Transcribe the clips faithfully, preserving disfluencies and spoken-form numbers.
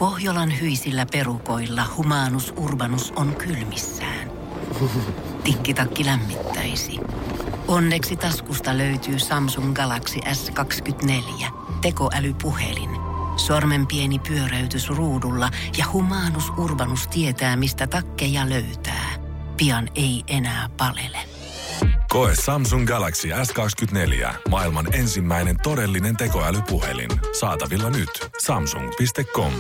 Pohjolan hyisillä perukoilla Humanus Urbanus on kylmissään. Tikkitakki lämmittäisi. Onneksi taskusta löytyy Samsung Galaxy S kaksikymmentäneljä, tekoälypuhelin. Sormen pieni pyöräytys ruudulla ja Humanus Urbanus tietää, mistä takkeja löytää. Pian ei enää palele. Koe Samsung Galaxy S kaksikymmentäneljä, maailman ensimmäinen todellinen tekoälypuhelin. Saatavilla nyt. samsung piste com.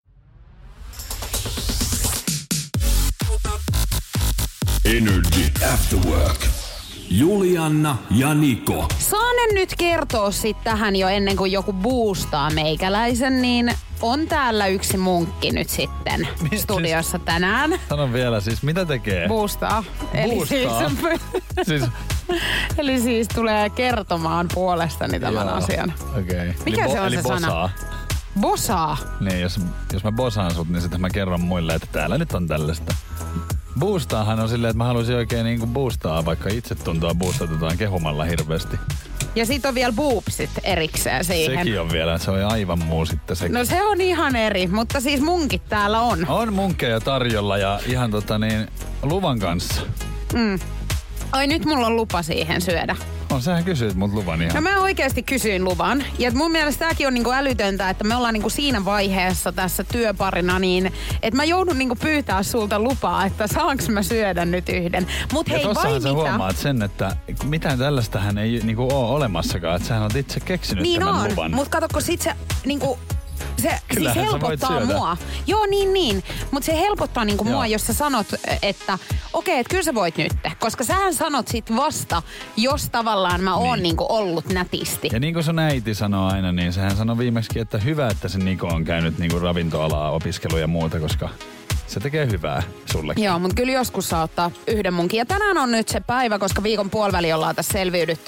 Energy After Work. Julianna ja Niko. Saanen nyt kertoa sit tähän jo ennen kuin joku boostaa meikäläisen, niin on täällä yksi munkki nyt sitten Mi- studiossa siis, tänään. Sano vielä siis, mitä tekee? Boostaa. Eli siis, siis... eli siis tulee kertomaan puolestani tämän Joo, asian. Okei. Okay. Mikä eli se bo- on se bosaa. sana? Bosaa. Niin, jos, jos mä bosaan sut, niin sitten mä kerron muille, että täällä nyt on tällaista. Boostaahan on silleen, että mä haluaisin oikein niinku boostaa, vaikka itsetuntoa boostatetaan kehumalla hirveästi. Ja sit on vielä boopsit erikseen siihen. Sekin on vielä, se on aivan muu sitten sekin. No se on ihan eri, mutta siis munkit täällä on. On munkkeja tarjolla ja ihan tota niin, luvan kanssa. Mm. Ai nyt mulla on lupa siihen syödä. On, sähän kysyit mut luvan ihan. No mä oikeasti kysyin luvan. Ja mun mielestä tääkin on niinku älytöntä, että me ollaan niinku siinä vaiheessa tässä työparina niin, että mä joudun niinku pyytää sulta lupaa, että saanko mä syödä nyt yhden. Mut hei, ja vai sä mitä? huomaat sen, että mitään tällaistähän ei niinku oo olemassakaan, että sähän oot itse keksinyt niin tämän on, luvan. Mut kato, kun sit se niinku... Se siis helpottaa mua. Joo, niin, niin. Mutta se helpottaa niinku mua, jos sä sanot, että okei, okay, että kyllä sä voit nyt. Koska sähän sanot sit vasta, jos tavallaan mä oon niin. niinku ollut nätisti. Ja niin kuin sun äiti sanoo aina, niin sehän sanoi viimeksi, että hyvä, että se Niko on käynyt niinku ravintoalaa, opiskelua ja muuta, koska se tekee hyvää sullekin. Joo, mutta kyllä joskus saa ottaa yhden munkin. Ja tänään on nyt se päivä, koska viikon puoliväli ollaan tässä selviydytty.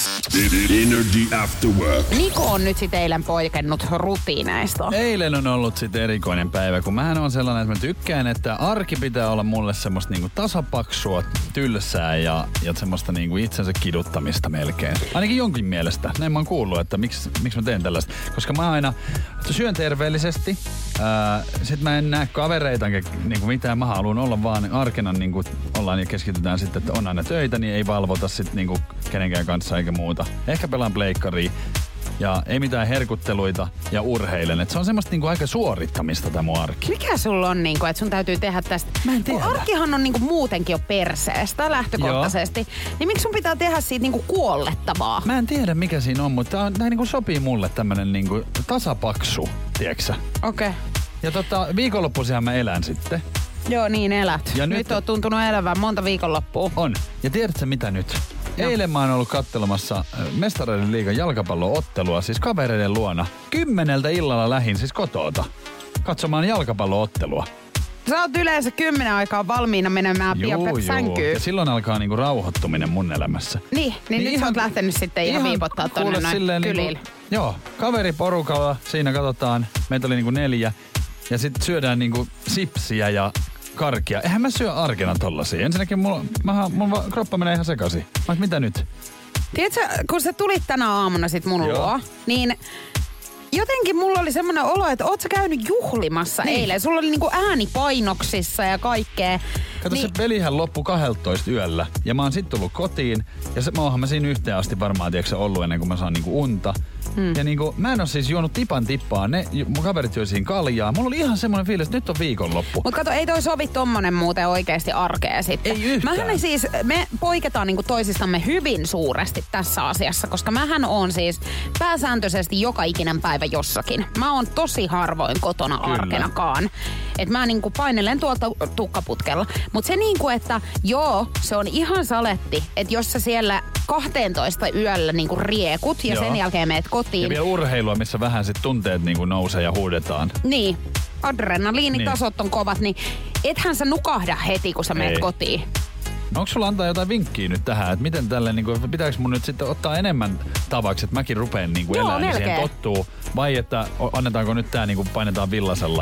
Energy After Work. Niko on nyt sit eilen poikennut rutiineista. Eilen on ollut sit erikoinen päivä, kun mähän on sellainen, että mä tykkään, että arki pitää olla mulle semmoista niinku tasapaksua, tylsää ja, ja semmoista niinku itsensä kiduttamista melkein. Ainakin jonkin mielestä. Näin mä oon kuullut, että miksi, miksi mä teen tällaista. Koska mä aina syön terveellisesti, ää, sit mä en näe kavereita niinku mitään. Mä haluan olla vaan arkena niinku ollaan ja keskitytään sitten, että on aina töitä, niin ei valvota sit niinku kenenkään kanssa eikä muuta. Ehkä pelaan pleikkaria ja ei mitään herkutteluita ja urheilen. Et se on semmoista niinku aika suorittamista tää mun arki. Mikä sulla on niinku, että sun täytyy tehdä tästä? Mä en tiedä. Arkihan on niinku muutenkin jo perseestä lähtökohtaisesti. Joo. Niin miksi sun pitää tehdä siitä niinku kuollettavaa? Mä en tiedä mikä siinä on, mutta tää, tää niinku sopii mulle tämmönen niinku tasapaksu, tieksä? Okei. Okay. Ja tota, viikonloppuisihan mä elän sitten. Joo, niin elät. Ja nyt, nyt on tuntunut elävän monta viikonloppua. On. Ja tiedätkö mitä nyt? Joo. Eilen mä oon ollut kattelemassa Mestareiden liigan jalkapallo-ottelua, siis kavereiden luona. Kymmeneltä illalla lähin, siis kotoota, katsomaan jalkapallo-ottelua. Sä oot yleensä kymmenen aikaa valmiina menemään pian sänkyyn. Ja silloin alkaa niinku rauhoittuminen mun elämässä. Niin, niin, niin nyt ihan, sä oot lähtenyt sitten ihan, ihan viipottaa tonne noin kylille. Niinku, joo, kaveriporukalla siinä katsotaan, meitä oli niinku neljä. Ja sit syödään niinku sipsiä ja karkia. Eihän mä syö arkena tollasia. Ensinnäkin mulla, mä, mun kroppa menee ihan sekaisin. Mä mitä nyt? Tiedätkö, kun sä tulit tänä aamuna sit mun Joo. luo, niin jotenkin mulla oli semmoinen olo, että oot sä käynyt juhlimassa niin. eilen. Sulla oli niinku ääni painoksissa ja kaikkea. Kato, niin. Se pelihän loppui kahdeltoista yöllä. Ja mä oon sit tullut kotiin. Ja se, mä oonhan mä siinä yhteen asti varmaan, tiedätkö, ollut ennen kuin mä saan niinku unta. Hmm. Ja niinku, mä en oo siis juonut tipan tippaa. Ne, mun kaverit joi siinä kaljaa. Mulla oli ihan semmoinen fiilis, että nyt on viikonloppu. Mut kato, ei toi sovi tommonen muuten oikeesti arkea sitten. Ei yhtään. Mähän siis, me poiketaan niinku toisistamme hyvin suuresti tässä asiassa, koska mähän on siis pääsääntöisesti joka ikinen päivä jossakin. Mä oon tosi harvoin kotona Kyllä. arkenakaan. Et mä niinku painelen tuolta tukkaputkella. Mut se niinku, että joo, se on ihan saletti, että jos sä siellä kahteentoista yöllä niinku riekut ja joo. sen jälkeen meet kotiin. Ja vielä urheilua, missä vähän sit tunteet niinku nousee ja huudetaan. Niin. Adrenaliinitasot niin. on kovat, niin ethän sä nukahda heti, kun sä meet kotiin. No onko sulla antaa jotain vinkkiä nyt tähän, että miten tälle, niin kuin, pitääkö mun nyt sitten ottaa enemmän tavaksi, että mäkin rupeen niin elämään, niin siihen tottuu, vai että annetaanko nyt tää niin kuin painetaan villasella ja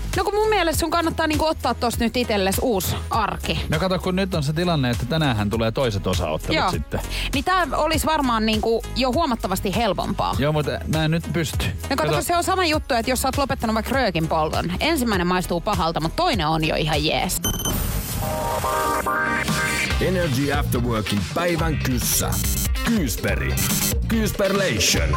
No kun mun mielestä sun kannattaa niinku ottaa tosta nyt itsellesi uusi arki. No kato, kun nyt on se tilanne, että tänäänhän tulee toiset osaottelut Joo. sitten. Niin tää olisi varmaan niinku jo huomattavasti helpompaa. Joo, mutta mä en nyt pysty. No kato, kato, se on sama juttu, että jos sä oot lopettanut vaikka röökin polton. Ensimmäinen maistuu pahalta, mutta toinen on jo ihan jees. Energy After Workin päivän kyssä. Kyysperi. Kyysperlation.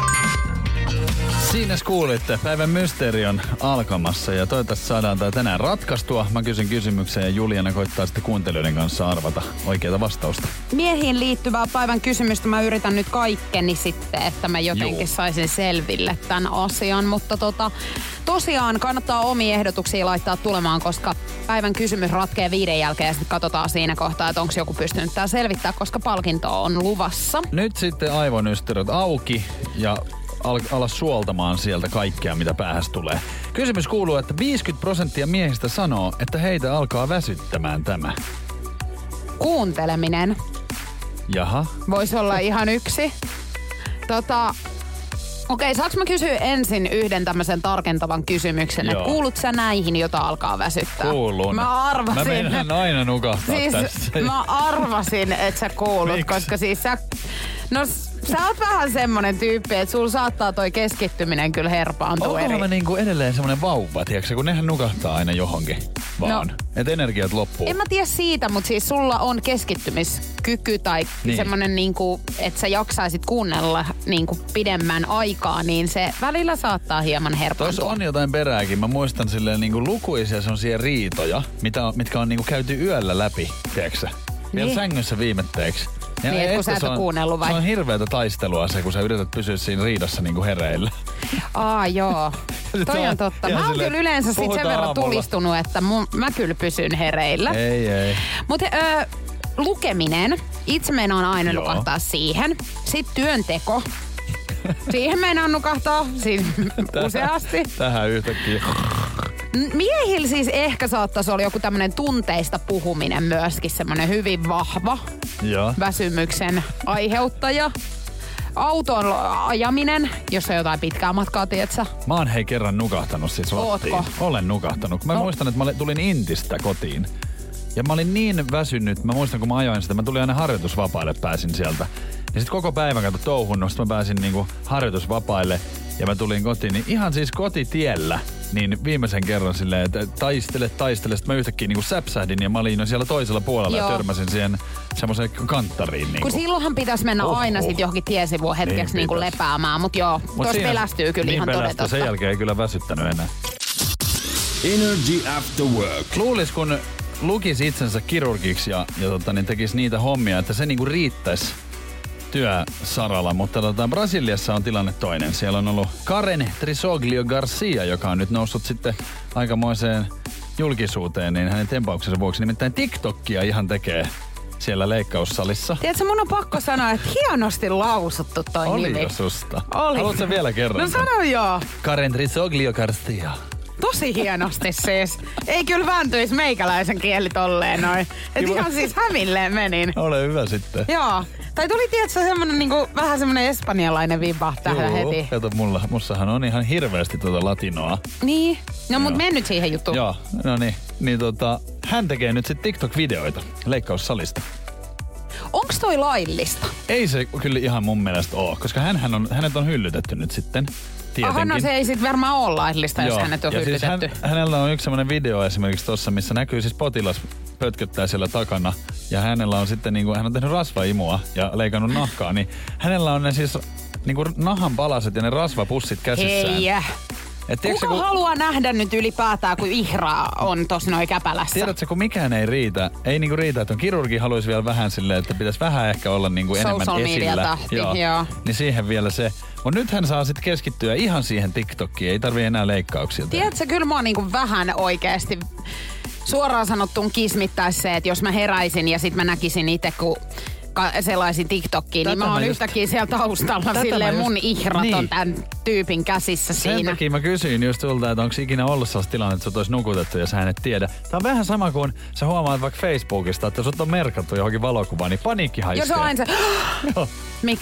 Siinä kuulitte, päivän mysteeri on alkamassa ja toivottavasti saadaan tää tänään ratkaistua. Mä kysyn kysymyksen ja Juliana koittaa sitten kuuntelijoiden kanssa arvata oikeata vastausta. Miehiin liittyvää päivän kysymystä mä yritän nyt kaikkeni sitten, että mä jotenkin Juu. saisin selville tämän asian. Mutta tota, tosiaan kannattaa omia ehdotuksia laittaa tulemaan, koska päivän kysymys ratkee viiden jälkeen ja sitten katsotaan siinä kohtaa, että onko joku pystynyt tää selvittää, koska palkinto on luvassa. Nyt sitten aivonystyrät auki ja Al- ala suoltamaan sieltä kaikkea, mitä päähäs tulee. Kysymys kuuluu, että viisikymmentä prosenttia miehistä sanoo, että heitä alkaa väsyttämään tämä. Kuunteleminen. Jaha. Voisi olla ihan yksi. Tota, okei, saanko mä kysyä ensin yhden tämmöisen tarkentavan kysymyksen, että kuulut sä näihin, jota alkaa väsyttää? Kuulun. Mä arvasin. Mä meinaan aina nukahtaa siis, tässä. Mä arvasin, että sä kuulut, Miks? koska siis sä... No sä oot vähän semmonen tyyppi, että sulla saattaa toi keskittyminen kyllä herpaantua eri. Onko mä niinku edelleen semmonen vauva, tiiäksä, kun nehän nukahtaa aina johonkin vaan. No, et energiat loppuu. En mä tiedä siitä, mutta siis sulla on keskittymiskyky tai niin. semmonen niinku, että sä jaksaisit kuunnella niinku pidemmän aikaa, niin se välillä saattaa hieman herpaantua. Tuossa on jotain perääkin. Mä muistan silleen niinku lukuisia semmosia riitoja, mitä, mitkä on niinku käyty yöllä läpi, tiiäksä. Vielä niin. sängyssä viimetteeksi. Ja niin, että kun sä et ole kuunnellut vai? Se on hirveätä taistelua se, kun sä yrität pysyä siinä riidassa niinku hereillä. Aa, joo. Toi on totta. Mä oon kyllä yleensä sit sen verran tulistunut, että mun, mä kyllä pysyn hereillä. Ei, ei. Mutta lukeminen, itse meinaan aina joo. nukahtaa siihen. Sitten työnteko. Siihen meinaan nukahtaa siis useasti. Tähän yhtäkkiä. Miehillä siis ehkä saattaisi olla joku tämmönen tunteista puhuminen myöskin semmonen hyvin vahva Joo. väsymyksen aiheuttaja. Auton ajaminen, jos on jotain pitkää matkaa, tietsä? Mä oon hei kerran nukahtanut siis lattiin. Ootko? Olen nukahtanut. Mä no. muistan, että mä tulin Intistä kotiin. Ja mä olin niin väsynyt. Mä muistan, kun mä ajoin sitä. Mä tulin aina harjoitusvapaille, pääsin sieltä. Ja sit koko päivän kato touhunnut. Sit mä pääsin niinku harjoitusvapaille. Ja mä tulin kotiin. Niin ihan siis kotitiellä. Niin viimeisen kerran silleen, että taistele, taistele. Sitten mä yhtäkkiä niinku säpsähdin ja mä olin jo siellä toisella puolella Joo. ja törmäsin siihen semmoiseen kanttariin. Niinku. Kun silloinhan pitäisi mennä Oho. aina sit johonkin tiesivuun hetkeksi niin niinku lepäämään. Mut joo, Mut tuossa pelästyy kyllä niin ihan todetotta. Sen jälkeen ei kyllä väsyttänyt enää. Energy After Work. Luulis, kun lukisi itsensä kirurgiksi ja, ja tota, niin tekisi niitä hommia, että se niinku riittäisi työsaralla, mutta tota, Brasiliassa on tilanne toinen. Siellä on ollut Karen Trisoglio Garcia, joka on nyt noussut sitten aikamoiseen julkisuuteen, niin hänen tempauksensa vuoksi nimittäin TikTokia ihan tekee siellä leikkaussalissa. Tiedätkö, mun on pakko sanoa, että hienosti lausuttu toi Oli nimi. Oli jo susta. Oli. Haluatko vielä kerran? No sano joo. Karen Trisoglio Garcia. Tosi hienosti siis. Ei kyllä vääntyisi meikäläisen kieli tolleen noin. Et ihan siis hämilleen menin. Ole hyvä sitten. Joo. Tai tuli tietysti semmonen niinku, vähän semmonen espanjalainen vimpa tähän heti. Joo, kato mulla. Mussahan on ihan hirveästi tuota latinoa. Niin. No mut mene nyt siihen juttuun. Joo, no niin. Niin tota, hän tekee nyt sit TikTok-videoita leikkaussalista. Onks toi laillista? Ei se kyllä ihan mun mielestä oo, koska hänhän on, hänet on hyllytetty nyt sitten. Tietenkin. Aha, no se ei sit varmaan ole laillista, jos hänet on ja hyllytetty. Siis hän, hänellä on yksi semmoinen video esimerkiksi tossa, missä näkyy siis potilas pötköttää siellä takana. Ja hänellä on sitten niinku, hän on tehnyt rasvaimua ja leikannut nahkaa, niin hänellä on ne siis niinku nahan palaset ja ne rasvapussit käsissään. Hei. Et Kuka kun... haluaa nähdä nyt ylipäätään, kun ihraa on tossa noin käpälässä? Tiedätkö, kun mikään ei riitä. Ei niinku riitä, että on kirurgi haluaisi vielä vähän silleen, että pitäisi vähän ehkä olla niinku enemmän social esillä. Social media tahti, joo. joo. Niin siihen vielä se. Mut nyt hän saa sitten keskittyä ihan siihen TikTokiin. Ei tarvii enää leikkauksia. Tiedätkö, kyllä mua niinku vähän oikeesti suoraan sanottuun kismittäisi se, että jos mä heräisin ja sit mä näkisin itse, kun sellaisin TikTokkiin, niin mä oon yhtäkkiä siellä taustalla silleen mun ihrat niin. on tän tyypin käsissä Sen siinä. Sen takia mä kysyin just sulta, että onko ikinä ollut sellaista tilanne, että sut olisi nukutettu ja sä et tiedä. Tää on vähän sama kuin sä huomaat vaikka Facebookista, että sut on merkattu johonkin valokuvaan, niin paniikkihan Jos on aina se, mikä?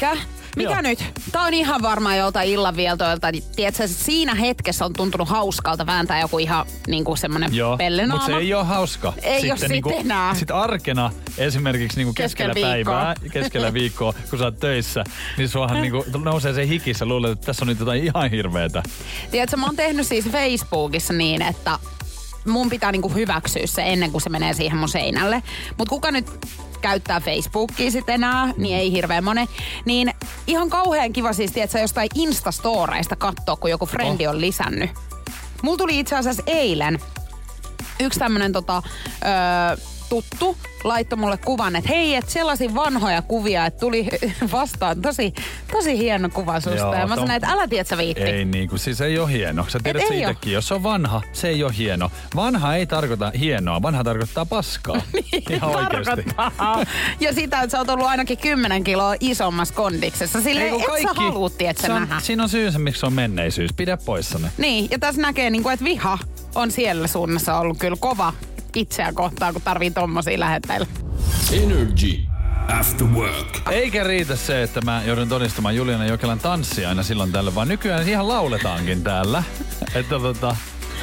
Mikä Joo. nyt? Tää on ihan varmaan joltain illanvieltoilta. Tiedätkö, siinä hetkessä on tuntunut hauskalta vääntää joku ihan niinku semmonen Joo, pellenaama. mutta se ei ole hauska. Ei oo sit niinku, enää. Sit arkena esimerkiksi niinku keskellä Keskellä päivää, keskellä viikkoa, kun sä oot töissä, niin suahan niinku nousee se hikissä, luulet, että tässä on nyt jotain ihan hirveetä. Tiedätkö, mä oon tehnyt siis Facebookissa niin, että mun pitää niinku hyväksyä se ennen kuin se menee siihen mun seinälle. Mut kuka nyt käyttää Facebookia sit enää, niin ei hirveän monen. Niin ihan kauhean kiva siis, tiedätkö, jostain Instastoreista katsoa, kun joku frendi Oh. on lisännyt. Mulla tuli itse asiassa eilen yksi tämmönen tota, öö, tuttu laittoi mulle kuvan, että hei, että sellaisia vanhoja kuvia, että tuli vastaan tosi, tosi hieno kuva susta. Joo, ja mä tom- sanoin, että älä tiedä, sä viitti. Ei niinku, siis ei ole hieno. Sä tiedät Et se ei itsekin. Jos se on vanha, se ei ole hieno. Vanha ei tarkoita hienoa, vanha tarkoittaa paskaa. Ihan oikeesti. Tarkoittaa. Ja sitä, että sä oot ollut ainakin kymmenen kiloa isommassa kondiksessa. Silleen, Ei, kun et kaikki- sä haluu, tiedät, se on, nähdä. siinä on syy se, miksi se on menneisyys. Pidä poissa ne. Niin, ja tässä näkee, niin kuin, että viha on siellä suunnassa ollut kyllä kova itseä kohtaan, kun tarvii tommosia lähettäillä. Energy After Work. Eikä riitä se, että mä joudun todistamaan Juliana Jokelan tanssia aina silloin tällä, vaan nykyään ihan lauletaankin täällä. Että tota...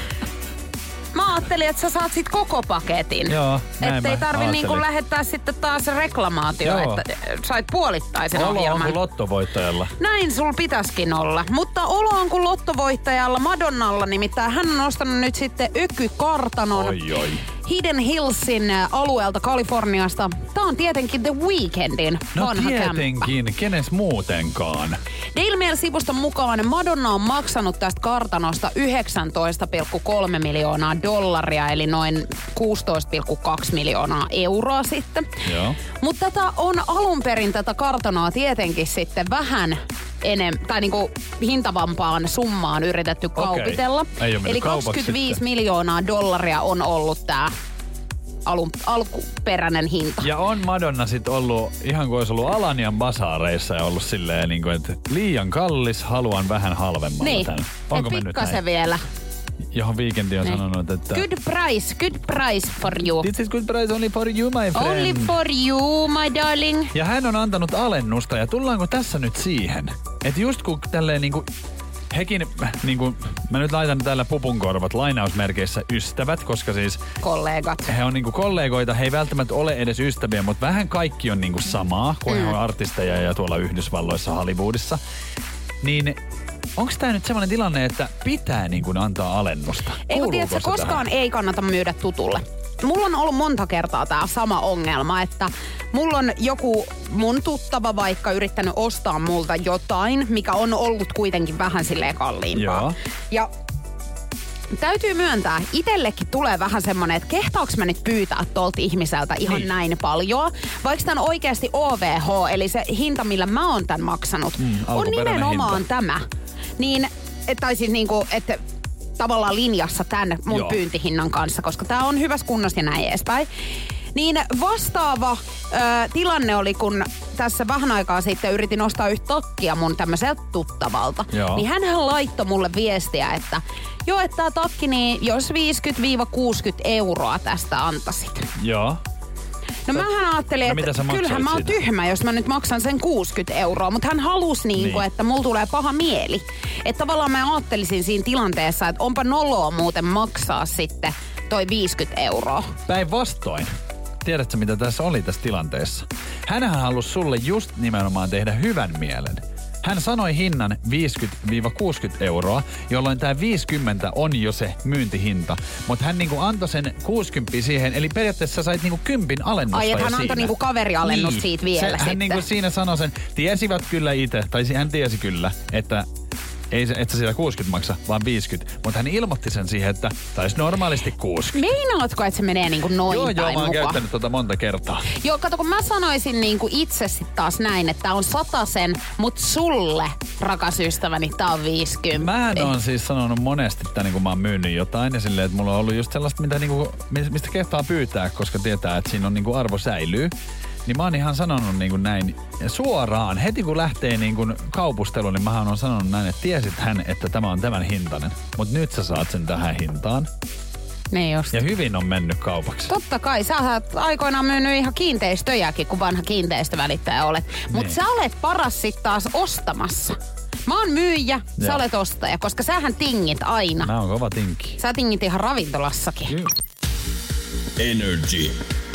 Mä ajattelin, että sä saat sit koko paketin. Joo, näin Että ei mä tarvi niinku ajattelin. lähettää sitten taas reklamaatio, Joo. että sait puolittaisen Olo on ohjelman. kuin lottovoittajalla. Näin sul pitäskin olla. Mutta olo on kuin lottovoittajalla Madonnalla, nimittäin hän on ostanut nyt sitten ökykartanon Oi, oi. Hidden Hillsin alueelta Kaliforniasta. Tää on tietenkin The Weekndin No vanha kämppä. tietenkin, kenes muutenkaan. Daily Mail-sivuston mukaan Madonna on maksanut tästä kartanosta yhdeksäntoista pilkku kolme miljoonaa dollaria, eli noin kuusitoista pilkku kaksi miljoonaa euroa sitten. Joo. Mutta tätä on alun perin tätä kartanoa tietenkin sitten vähän enemmän, tai niinku hintavampaan summaan yritetty kaupitella. Ei oo mennyt Eli kaupaksi kaksikymmentäviisi sitten. miljoonaa dollaria on ollut tää alun, alkuperäinen hinta. Ja on Madonna sit ollut, ihan kuin olisi ollut Alanian basaareissa ja ollut silleen, niin kuin, että liian kallis, haluan vähän halvemmalla Niin, tän. Onko et mennyt pikkasen näin? vielä. Johon Weekendi on Niin. sanonut, että... Good price, good price for you. This is good price only for you, my friend. Only for you, my darling. Ja hän on antanut alennusta, ja tullaanko tässä nyt siihen? Että just kun tälleen niinku... Hekin, niinku, mä nyt laitan täällä pupunkorvat lainausmerkeissä ystävät, koska siis Kollegat. he on niinku kollegoita, he ei välttämättä ole edes ystäviä, mutta vähän kaikki on niinku samaa, kun mm. he on artisteja ja tuolla Yhdysvalloissa, Hollywoodissa. Niin onko tää nyt semmoinen tilanne, että pitää niinku antaa alennusta? Eikö Kuuluuko tiedätkö, se koskaan tähän? ei kannata myydä tutulle. Mulla on ollut monta kertaa tää sama ongelma, että mulla on joku mun tuttava vaikka yrittänyt ostaa multa jotain, mikä on ollut kuitenkin vähän silleen kalliimpaa. Joo. Ja täytyy myöntää, itsellekin tulee vähän semmonen, että kehtaaks mä nyt pyytää tolta ihmiseltä ihan Niin. näin paljon. Vaikka tän oikeasti O V H, eli se hinta, millä mä oon tän maksanut, Mm, on alkuperäinen nimenomaan hinta. tämä. Niin, et- tai siis niinku, että tavallaan linjassa tämän mun Joo. pyyntihinnan kanssa, koska tää on hyvässä kunnossa ja näin edespäin. Niin vastaava ö, tilanne oli, kun tässä vähän aikaa sitten yritin ostaa yhtä takkia mun tämmöiseltä tuttavalta. Joo. Niin hänhän laittoi mulle viestiä, että joo, että tää takki, niin jos viisikymmentä kuusikymmentä euroa tästä antaisit. Joo. No mähän ajattelin, No mitä että sä maksoit kyllähän mä oon siitä? tyhmä, jos mä nyt maksan sen kuusikymmentä euroa. Mutta hän halusi niin, Niin. kuin, että mulla tulee paha mieli. Että tavallaan mä ajattelisin siinä tilanteessa, että onpa noloa muuten maksaa sitten toi viisikymmentä euroa. Päinvastoin. Tiedätkö, mitä tässä oli tässä tilanteessa? Hänhän halusi sulle just nimenomaan tehdä hyvän mielen. Hän sanoi hinnan viisikymmentä kuusikymmentä euroa, jolloin tämä viisikymmentä on jo se myyntihinta. Mutta hän niinku antoi sen kuusikymmentä siihen, eli periaatteessa sä sait niinku kympin alennusta Ai, et jo hän antoi siinä. niinku kaverialennus siitä vielä se, sitten. Hän niinku siinä sanoi sen, tiesivät kyllä itse, tai hän tiesi kyllä, että ei se, et sä sitä kuusikymmentä maksa, vaan viisikymmentä. Mutta hän ilmoitti sen siihen, että taisi normaalisti kuusikymmentä. Meinaatko, että se menee niinku noin Joo, joo, päin mä oon mukaan? käyttänyt tota monta kertaa. Joo, kato, kun mä sanoisin niinku itse sit taas näin, että tää on satasen, mut sulle, rakas ystäväni, tää on viisikymmentä. Mähän on siis sanonut monesti, että niin kun mä oon myynyt jotain ja silleen, että mulla on ollut just sellaista, mitä niinku, mistä kehtaa pyytää, koska tietää, että siinä on niinku arvo säilyy. Niin mä oon ihan sanonut niin kuin näin suoraan. Heti kun lähtee niin kuin kaupustelu, niin mähän on sanonut näin, että tiesit hän, että tämä on tämän hintainen. Mutta nyt sä saat sen tähän hintaan. Niin just. Ja hyvin on mennyt kaupaksi. Totta kai, sä oot aikoinaan myynyt ihan kiinteistöjäkin, kun vanha kiinteistövälittäjä olet. Mutta Niin. sä olet paras sit taas ostamassa. Mä oon myyjä, sä Joo. olet ostaja, koska sähän tingit aina. Mä oon kova tinki. Sä tingit ihan ravintolassakin. Kyllä. Energy.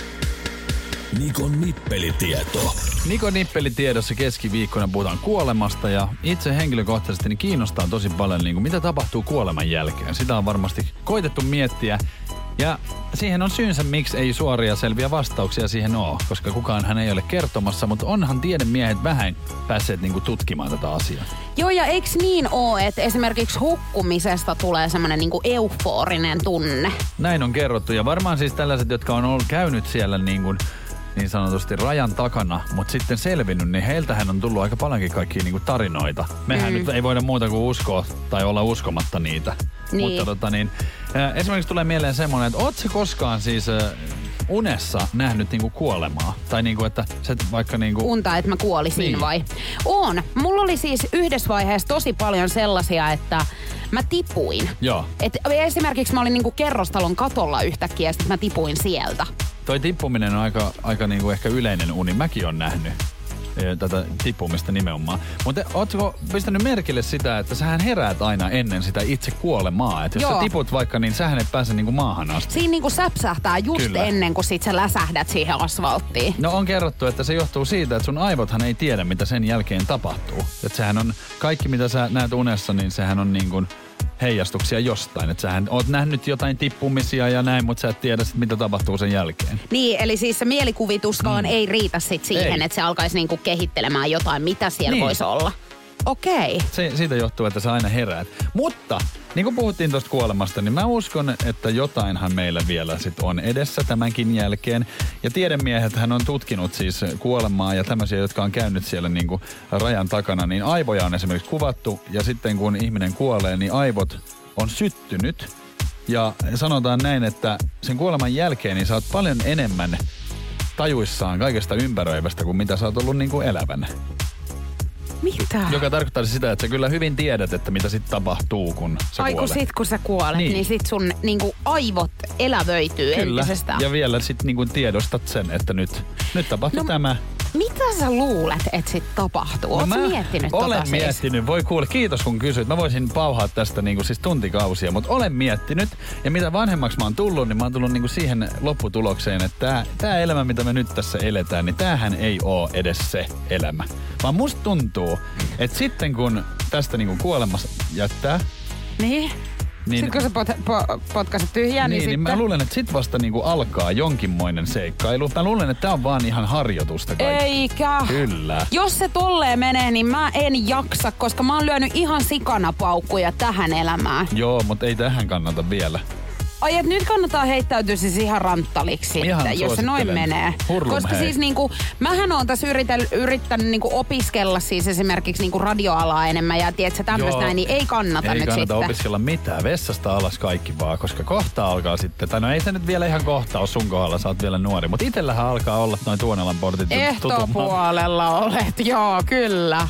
Nikon nippelitieto. Nikon nippelitiedossa keskiviikkona puhutaan kuolemasta ja itse henkilökohtaisesti niin kiinnostaa tosi paljon, niin kuin, mitä tapahtuu kuoleman jälkeen. Sitä on varmasti koitettu miettiä ja siihen on syynsä, miksi ei suoria selviä vastauksia siihen ole, koska kukaan hän ei ole kertomassa, mutta onhan tiedemiehet vähän päässeet niin kuin, tutkimaan tätä asiaa. Joo, ja eiks niin oo, että esimerkiksi hukkumisesta tulee semmonen niinku euforinen tunne? Näin on kerrottu ja varmaan siis tällaiset, jotka on ollut käynyt siellä niin kuin niin sanotusti rajan takana, mutta sitten selvinnyt, niin heiltähän on tullut aika paljonkin kaikkia niinku tarinoita. Mehän mm. nyt ei voida muuta kuin uskoa tai olla uskomatta niitä. Niin. Mutta tota niin, äh, esimerkiksi tulee mieleen semmoinen, että ootko koskaan siis äh, unessa nähnyt niinku kuolemaa? Tai niinku, että sä et vaikka niinku... Unta, että mä kuolisin Niin. vai? On. Mulla oli siis yhdessä vaiheessa tosi paljon sellaisia, että mä tipuin. Joo. Et esimerkiksi mä olin niinku kerrostalon katolla yhtäkkiä ja sitten mä tipuin sieltä. Toi tippuminen on aika, aika niinku ehkä yleinen uni. Mäkin on nähnyt e, tätä tippumista nimenomaan. Mutta ootko pistänyt merkille sitä, että sähän heräät aina ennen sitä itse kuolemaa? Että jos Joo. sä tiput vaikka, niin sähän et pääse niinku maahan asti. Siinä niinku säpsähtää just Kyllä. ennen kuin sit sä läsähdät siihen asfalttiin. No on kerrottu, että se johtuu siitä, että sun aivothan ei tiedä, mitä sen jälkeen tapahtuu. Että sehän on, kaikki mitä sä näet unessa, niin sehän on niin kuin heijastuksia jostain. Että sähän oot nähnyt jotain tippumisia ja näin, mutta sä et tiedä sit, mitä tapahtuu sen jälkeen. Niin, eli siis se mielikuvituskaan mm. ei riitä sit siihen, Ei. että se alkaisi niinku kehittelemään jotain, mitä siellä Niin. voisi olla. Okei. Se, siitä johtuu, että sä aina heräät. Mutta, niin kuin puhuttiin tuosta kuolemasta, niin mä uskon, että jotainhan meillä vielä sit on edessä tämänkin jälkeen. Ja tiedemiehethän on tutkinut siis kuolemaa ja tämmöisiä, jotka on käynyt siellä niin kuin rajan takana, niin aivoja on esimerkiksi kuvattu. Ja sitten kun ihminen kuolee, niin aivot on syttynyt. Ja sanotaan näin, että sen kuoleman jälkeen niin sä oot paljon enemmän tajuissaan kaikesta ympäröivästä kuin mitä sä oot ollut niin kuin elävänä. Mitä? Joka tarkoittaa sitä, että sä kyllä hyvin tiedät, että mitä sitten tapahtuu, kun sä Ai kun kuolet. sit kun sä kuolet, niin, Niin. niin sit sun niinku aivot elävöityy Kyllä. entisestään. Ja vielä sit niinku tiedostat sen, että nyt, nyt tapahtuu No, tämä. Mitä sä luulet, että sit tapahtuu? Oot sä miettinyt olen tota miettinyt. siis? Voi kuule, kiitos kun kysyit. Mä voisin pauhaa tästä niinku siis tuntikausia, mutta olen miettinyt. Ja mitä vanhemmaksi mä oon tullut, niin mä oon tullut niinku siihen lopputulokseen, että tää, tää elämä, mitä me nyt tässä eletään, niin tämähän ei oo edes se elämä. Vaan musta tuntuu, että sitten kun tästä niinku kuolemassa jättää, Niin? niin, Sitten kun sä pot, po, potkaset tyhjään, niin, niin, niin sitten... mä luulen, että sit vasta niinku alkaa jonkinmoinen seikkailu. Mä luulen, että tää on vaan ihan harjoitusta kaikki. Eikä. Kyllä. Jos se tolleen menee, niin mä en jaksa, koska mä oon lyönyt ihan sikana paukkuja tähän elämään. Joo, mutta ei tähän kannata vielä. Ai, et nyt kannattaa heittäytyä siis ihan ranttaliksi Ihan sitten, jos se noin suosittelen. menee. Hurlum Koska hei. siis niinku, mähän oon tässä yrittänyt, yrittänyt niinku opiskella siis esimerkiksi niinku radioalaa enemmän ja tiedätkö tämmöistä Joo. näin, niin ei kannata Ei nyt kannata sitten. opiskella mitään. Vessasta alas kaikki vaan, koska kohta alkaa sitten. Tai no ei se nyt vielä ihan kohta ole sun kohdalla, sä oot vielä nuori. Mutta itsellähän alkaa olla noin Tuonelan portit tutummat. Ehtopuolella olet, joo, kyllä.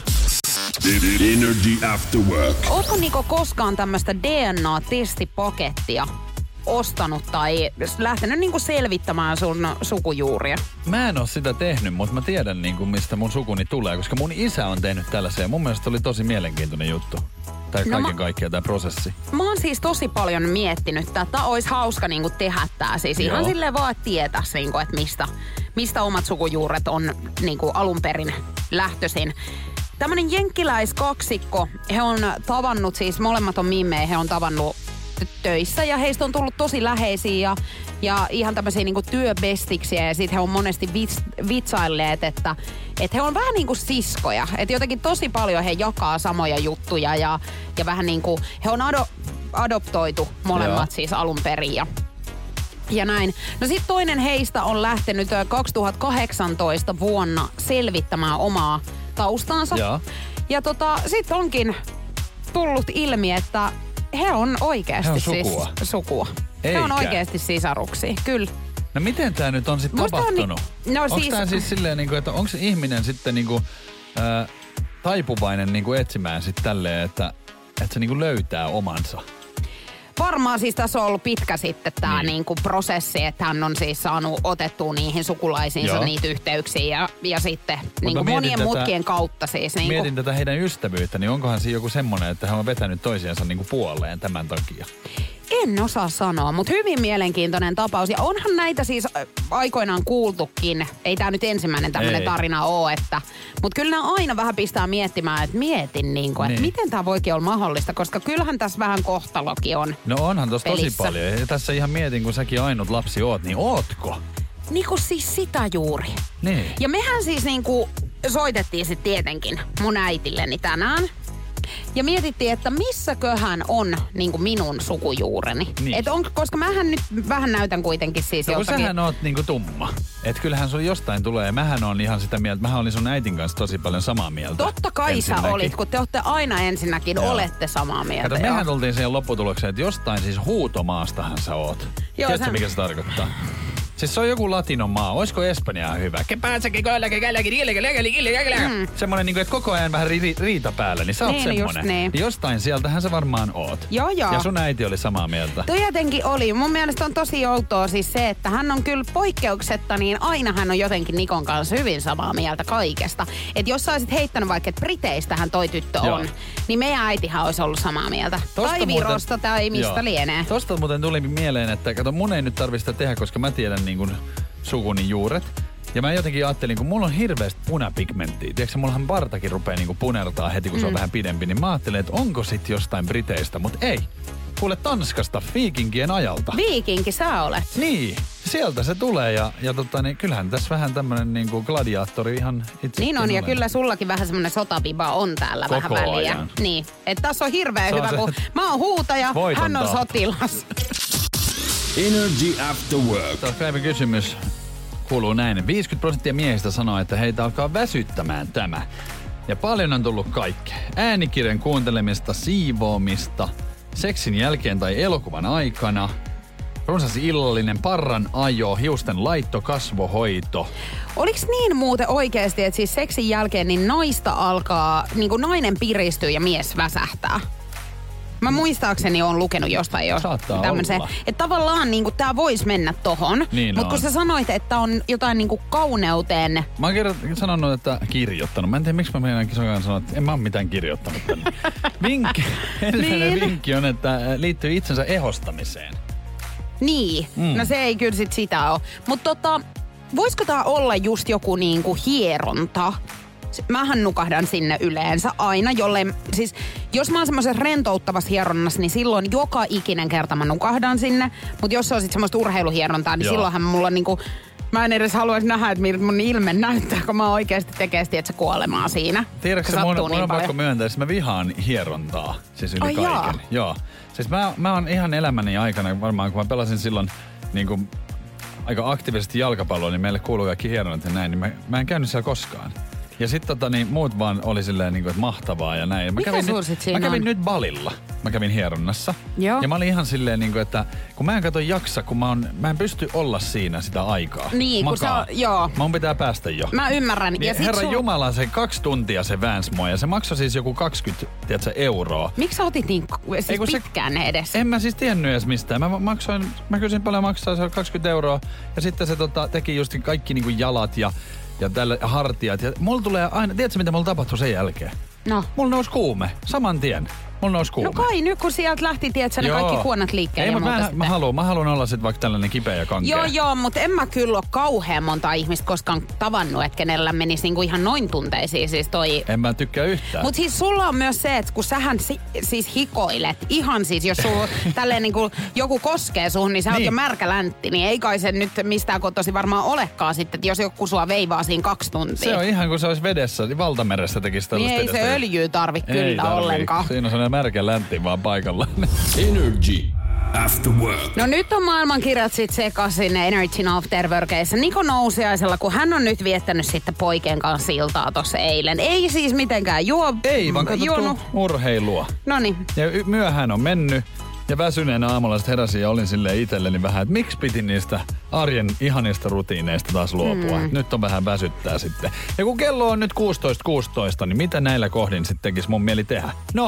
Energy After Work. Ootko Niko koskaan tämmöistä D N A-testipakettia ostanut tai lähtenyt niinku selvittämään sun sukujuuria? Mä en oo sitä tehnyt, mutta mä tiedän niinku, mistä mun sukuni tulee, koska mun isä on tehnyt tällaisia. Mun mielestä oli tosi mielenkiintoinen juttu. Tai No kaiken mä- kaikkiaan tämä prosessi. Mä oon siis tosi paljon miettinyt tätä. Ois hauska niinku tehdä tää. Siis ihan Joo. silleen vaan, että tietäis, niinku, että mistä, mistä omat sukujuuret on niinku alun perin lähtöisin. Tämmönen jenkkiläiskaksikko, he on tavannut, siis molemmat on mimmejä, he on tavannut töissä ja heistä on tullut tosi läheisiä ja, ja ihan tämmöisiä niinku työbestiksiä ja sitten he on monesti vits, vitsailleet, että, että he on vähän niinku siskoja. Että jotenkin tosi paljon he jakaa samoja juttuja ja, ja vähän niinku, he on ado, adoptoitu molemmat Joo. siis alun perin ja ja näin. No sit toinen heistä on lähtenyt ö, kaksituhattakahdeksantoista vuonna selvittämään omaa taustaansa. Joo. Ja tota, sit onkin tullut ilmi, että he on oikeasti He on sukua. siis sukua. He on Eikä. oikeasti sisaruksia, kyllä. No miten tää nyt on sitten Musta on tapahtunut? ni- no onko siis- tää siis silleen, niinku, että onko se ihminen sitten niinku, ää, taipuvainen niinku etsimään sitten tälleen, että, että se niinku löytää omansa? varmaan siis tässä on ollut pitkä sitten tämä Niin. niinku prosessi, että hän on siis saanut otettua niihin sukulaisiinsa Joo. niitä yhteyksiä ja, ja sitten niinku mietin monien tätä- mutkien kautta siis. Niinku, Mietin tätä heidän ystävyyttä, niin onkohan siinä joku semmoinen, että hän on vetänyt toisiansa niinku puoleen tämän takia? En osaa sanoa, mutta hyvin mielenkiintoinen tapaus. Ja onhan näitä siis äh, aikoinaan kuultukin. Ei tämä nyt ensimmäinen tämmöinen Ei. tarina ole, että... Mutta kyllä nämä aina vähän pistää miettimään, että mietin niinku, että Niin. miten tämä voikin olla mahdollista, koska kyllähän tässä vähän kohtalokin on. No onhan tossa tosi Pelissä. paljon. Ja tässä ihan mietin, kun säkin ainut lapsi oot, niin ootko? Niinku siis sitä juuri. Niin. Ja mehän siis niinku soitettiin sitten tietenkin mun äitilleni tänään. Ja mietittiin, että missäköhän on niinku minun sukujuureni. Niin. Et on, koska mähän nyt vähän näytän kuitenkin siis No kun joltakin... sähän oot niinku tumma. Et kyllähän sun jostain tulee. Ja mähän on ihan sitä mieltä, mähän olin sun äitin kanssa tosi paljon samaa mieltä. Totta kai sä ensinnäkin. olit, kun te olette aina ensinnäkin Joo. olette samaa mieltä. Kato, mehän oltiin siihen lopputulokseen, että jostain siis huutomaastahan sä oot. Joo, Tiedätkö, sä- mikä se tarkoittaa? Siis se on joku latinon maa. Oisko Espanjaa hyvä? Mm. Semmoinen, niin kuin, että koko ajan vähän ri- riita päällä, niin sä oot Niin, semmoinen. just niin. Jostain sieltähän sä varmaan oot. Joo, joo. Ja sun äiti oli samaa mieltä. Toi jotenkin oli. Mun mielestä on tosi outoa siis se, että hän on kyllä poikkeuksetta, niin aina hän on jotenkin Nikon kanssa hyvin samaa mieltä kaikesta. Että jos sä olisit heittänyt vaikka, että Briteistähän toi tyttö Joo. on, niin meidän äitihän olisi ollut samaa mieltä. Tosta tai muuten- Virosta tai mistä Joo. lienee. Tosta muuten tuli mieleen, että kato, mun ei nyt tarvitse sitä tehdä, koska mä tiedän niin kuin sukuni juuret. Ja mä jotenkin ajattelin, kun mulla on hirveästi punapigmenttiä. Tiedätkö, mullahan partakin rupeaa niinku punertaa heti, kun se on Mm. vähän pidempi. Niin mä ajattelin, että onko sit jostain Briteistä, mutta ei. Kuule Tanskasta, viikinkien ajalta. Viikinki sä olet. Niin, sieltä se tulee ja, ja tota, niin kyllähän tässä vähän tämmönen niinku gladiaattori ihan itse. Niin on, ja kyllä sullakin vähän semmoinen sotaviba on täällä Koko vähän väliä. ajan. Niin, että tässä on hirveän Se on hyvä, se kun mä oon huutaja, voiton hän on tahto. sotilas. Energy After Work. Tämä päivän kysymys kuuluu näin. viisikymmentä prosenttia miehistä sanoo, että heitä alkaa väsyttämään tämä. Ja paljon on tullut kaikkea. Äänikirjan kuuntelemista, siivoamista, seksin jälkeen tai elokuvan aikana, runsas illallinen, parran ajo, hiusten laitto, kasvohoito. Oliks niin muuten oikeesti, että siis seksin jälkeen niin naista alkaa, niin kuin nainen piristyy ja mies väsähtää? Mä muistaakseni oon lukenut jostain jo Saattaa tämmöisen, olla. että tavallaan niin kuin, tää vois mennä tohon. Niin Mutta kun on. sä sanoit, että on jotain niin kuin kauneuteen. Mä oon kirjo- sanonut, että kirjoittanut. Mä en tiedä, miksi mä meinaankin sokaan sanoa, että en mä oo mitään kirjoittanut tänne. Vinkki, ensimmäinen Niin. vinkki on, että liittyy itsensä ehostamiseen. Niin, Mm. no se ei kyllä sit sitä ole. Mutta tota, voisiko tää olla just joku niinku hieronta? S- Mähän nukahdan sinne yleensä aina, jollei, siis jos mä oon semmoisessa rentouttavassa hieronnassa, niin silloin joka ikinen kerta mä nukahdan sinne. Mutta jos se on sit semmoista urheiluhierontaa, niin Joo. silloinhan mulla on niinku, mä en edes haluaisi nähdä, että miltä mun ilme näyttää, kun mä oikeasti tekee sitä, että se kuolemaa siinä. Tiedätkö, kun mun, sattuu mun niin on pakko paljon. myöntää, että mä vihaan hierontaa. Siis yli Ai kaiken. jaa. Joo. Siis mä, mä oon ihan elämäni aikana, varmaan kun mä pelasin silloin niin kuin aika aktiivisesti jalkapalloa, niin meille kuuluu kaikki hieronnat ja näin, niin mä, mä en käynyt siellä koskaan. Ja sitten tota, niin muut vaan oli silleen, niin kuin, että mahtavaa ja näin. Mä Mikä kävin, sulla nyt, sit siinä mä kävin on? nyt Balilla. Mä kävin hieronnassa. Joo. Ja mä olin ihan silleen, niin kuin, että kun mä en kato jaksa, kun mä, on, mä en pysty olla siinä sitä aikaa. Niin, kun Makaa. se on- joo. Mun pitää päästä jo. Mä ymmärrän. Niin ja sit herra sul- Jumala, se kaksi tuntia se väänsi mua ja se maksoi siis joku kaksikymmentä tiedätkö, euroa. Miksi sä otit niin siis Ei, kun se- pitkään ne edes? En mä siis tiennyt edes mistään. Mä maksoin, mä kysin paljon maksaa se kaksikymmentä euroa ja sitten se tota, teki just kaikki niinku jalat ja, ja tälle hartiat. Ja mulla tulee aina, tiedätkö mitä mulla tapahtuu sen jälkeen? No. Mulla nousi kuume, saman tien. Mulla nousi kuume. No kai nyt kun sieltä lähti, tiedätkö, ne Joo. kaikki kuonat liikkeelle Ei, ja mutta muuta mä, sitten. mä, haluan, mä haluan olla sit vaikka tällainen kipeä ja kankea. Joo, joo, mutta en mä kyllä ole kauhean monta ihmistä koskaan tavannut, että kenellä menisi niinku ihan noin tunteisiin siis toi. En mä tykkää yhtään. Mutta siis sulla on myös se, että kun sähän si- siis hikoilet, ihan siis jos sulla tälleen niinku joku koskee suhun, niin sä oot Niin. jo märkä läntti, niin ei kai se nyt mistään kotosi varmaan olekaan sitten, että jos joku sua veivaa siinä kaksi tuntia. Se on ihan kuin se olisi vedessä, niin valtameressä tekisi niin tällaista ei se edestä. öljyä tarvi Ei kyllä tarvii. ollenkaan. Siinä on sellainen märkä läntti vaan paikallaan. Energy After Work. No nyt on maailmankirjat sit sekaisin Energy After Workissa. Niko Nousiaisella, kun hän on nyt viettänyt sitten poikien kanssa iltaa tossa eilen. Ei siis mitenkään juo... Ei, vaan katsottu juonut. urheilua. Noniin. Ja y- myöhään on mennyt. Ja väsyneenä aamulla sit heräsin ja olin silleen itselleni vähän, että miksi piti niistä arjen ihanista rutiineista taas luopua. Mm. Nyt on vähän väsyttää sitten. Ja kun kello on nyt kuusitoista kuusitoista, niin mitä näillä kohdin sitten tekisi mun mieli tehdä? No,